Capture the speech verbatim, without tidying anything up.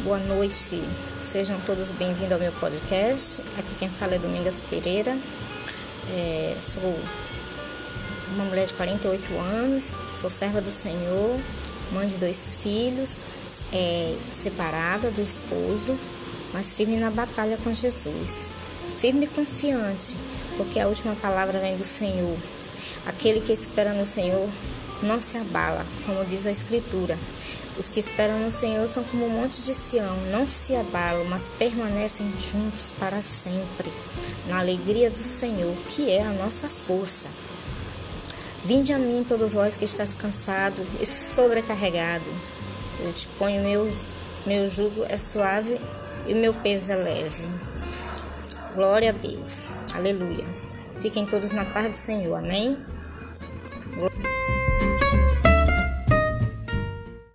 boa noite. Sejam todos bem-vindos ao meu podcast. Aqui quem fala é Domingas Pereira. É, sou uma mulher de quarenta e oito anos, sou serva do Senhor, mãe de dois filhos, é, separada do esposo, mas firme na batalha com Jesus. Firme e confiante, porque a última palavra vem do Senhor. Aquele que espera no Senhor não se abala, como diz a Escritura. Os que esperam no Senhor são como um monte de Sião, não se abalam, mas permanecem juntos para sempre, na alegria do Senhor, que é a nossa força. Vinde a mim, todos vós que estáis cansados e sobrecarregados. Eu te ponho, meus, meu jugo é suave e meu peso é leve. Glória a Deus. Aleluia. Fiquem todos na paz do Senhor. Amém? Glória.